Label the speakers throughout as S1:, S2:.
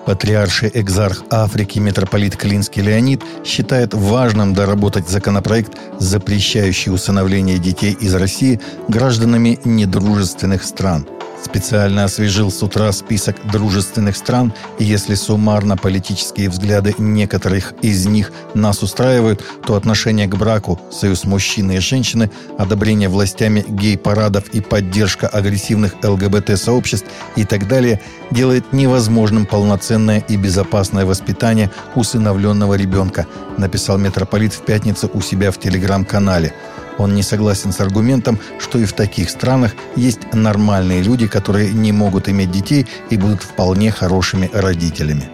S1: Патриарший экзарх Африки митрополит Клинский Леонид считает важным доработать законопроект, запрещающий усыновление детей из России гражданами недружественных стран. Специально освежил с утра список дружественных стран, и если суммарно политические взгляды некоторых из них нас устраивают, то отношение к браку, союз мужчины и женщины, одобрение властями гей-парадов и поддержка агрессивных ЛГБТ-сообществ и так далее делает невозможным полноценное и безопасное воспитание усыновленного ребенка, написал митрополит в пятницу у себя в телеграм-канале. Он не согласен с аргументом, что и в таких странах есть нормальные люди, которые не могут иметь детей и будут вполне хорошими родителями.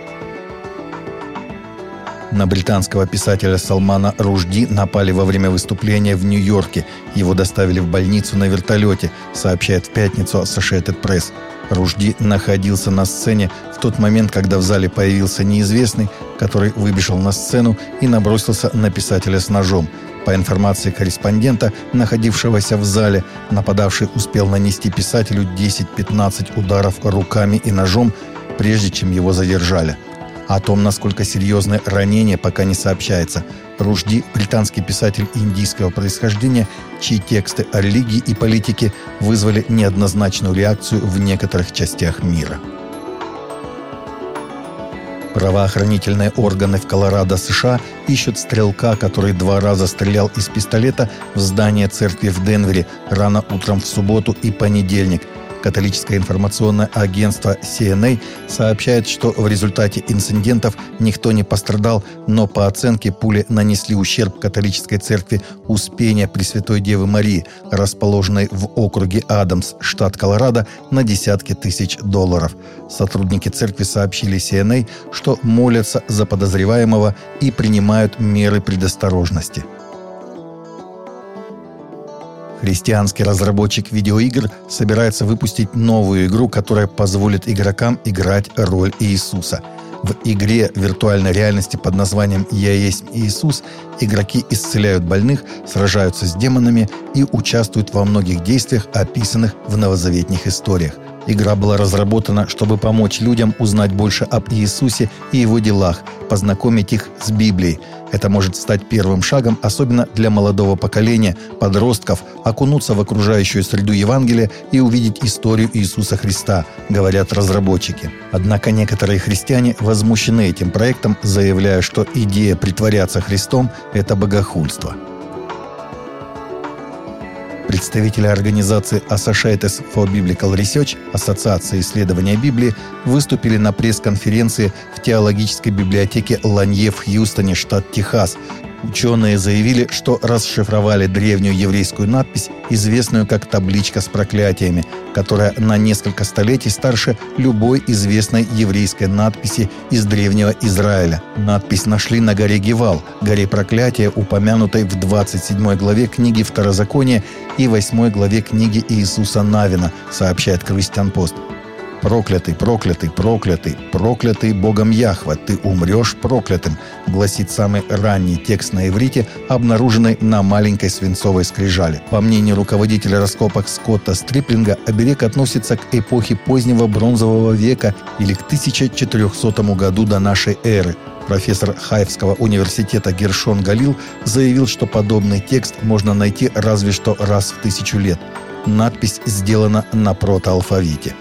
S1: На британского писателя Салмана Рушди напали во время выступления в Нью-Йорке. Его доставили в больницу на вертолете, сообщает в пятницу Associated Press. Рушди находился на сцене в тот момент, когда в зале появился неизвестный, который выбежал на сцену и набросился на писателя с ножом. По информации корреспондента, находившегося в зале, нападавший успел нанести писателю 10-15 ударов руками и ножом, прежде чем его задержали. О том, насколько серьезное ранение, пока не сообщается. Рушди – британский писатель индийского происхождения, чьи тексты о религии и политике вызвали неоднозначную реакцию в некоторых частях мира. Правоохранительные органы в Колорадо, США, ищут стрелка, который 2 раза стрелял из пистолета в здание церкви в Денвере рано утром в субботу и понедельник. Католическое информационное агентство CNA сообщает, что в результате инцидентов никто не пострадал, но по оценке пули нанесли ущерб католической церкви Успения Пресвятой Девы Марии, расположенной в округе Адамс, штат Колорадо, на десятки тысяч долларов. Сотрудники церкви сообщили CNA, что молятся за подозреваемого и принимают меры предосторожности. Христианский разработчик видеоигр собирается выпустить новую игру, которая позволит игрокам играть роль Иисуса. В игре виртуальной реальности под названием «Я есть Иисус» игроки исцеляют больных, сражаются с демонами и участвуют во многих действиях, описанных в новозаветных историях. Игра была разработана, чтобы помочь людям узнать больше об Иисусе и его делах, познакомить их с Библией. Это может стать первым шагом, особенно для молодого поколения, подростков, окунуться в окружающую среду Евангелия и увидеть историю Иисуса Христа, говорят разработчики. Однако некоторые христиане возмущены этим проектом, заявляя, что идея притворяться Христом – это богохульство. Представители организации Associates for Biblical Research, Ассоциация исследования Библии, выступили на пресс-конференции в теологической библиотеке Ланье в Хьюстоне, штат Техас. Ученые заявили, что расшифровали древнюю еврейскую надпись, известную как табличка с проклятиями, которая на несколько столетий старше любой известной еврейской надписи из древнего Израиля. Надпись нашли на горе Гевал, горе проклятия, упомянутой в 27 главе книги Второзакония и 8 главе книги Иисуса Навина, сообщает Christian Post. «Проклятый, проклятый, проклятый, проклятый Богом Яхве, ты умрешь проклятым», гласит самый ранний текст на иврите, обнаруженный на маленькой свинцовой скрижали. По мнению руководителя раскопок Скотта Стриплинга, оберег относится к эпохе позднего бронзового века или к 1400 году до нашей эры. Профессор Хайфского университета Гершон Галил заявил, что подобный текст можно найти разве что раз в 1000 лет. Надпись сделана на протоалфавите.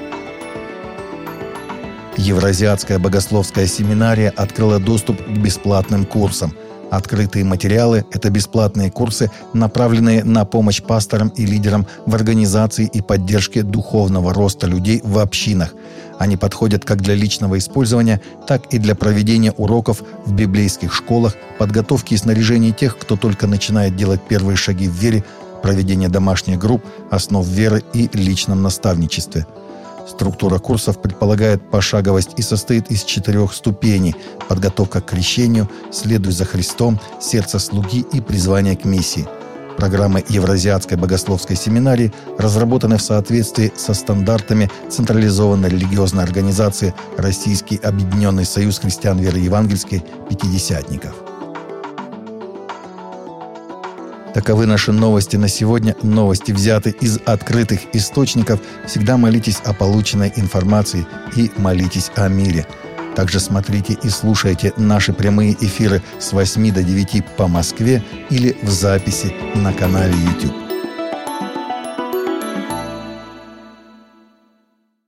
S1: Евразиатская богословская семинария открыла доступ к бесплатным курсам. Открытые материалы – это бесплатные курсы, направленные на помощь пасторам и лидерам в организации и поддержке духовного роста людей в общинах. Они подходят как для личного использования, так и для проведения уроков в библейских школах, подготовки и снаряжения тех, кто только начинает делать первые шаги в вере, проведения домашних групп, основ веры и личном наставничестве. Структура курсов предполагает пошаговость и состоит из 4 ступеней: подготовка к крещению, следуй за Христом, сердце слуги и призвание к миссии. Программы Евразиатской богословской семинарии разработаны в соответствии со стандартами централизованной религиозной организации Российский объединенный союз христиан веры евангельской пятидесятников. Таковы наши новости на сегодня. Новости взяты из открытых источников. Всегда молитесь о полученной информации и молитесь о мире. Также смотрите и слушайте наши прямые эфиры с 8 до 9 по Москве или в записи на канале YouTube.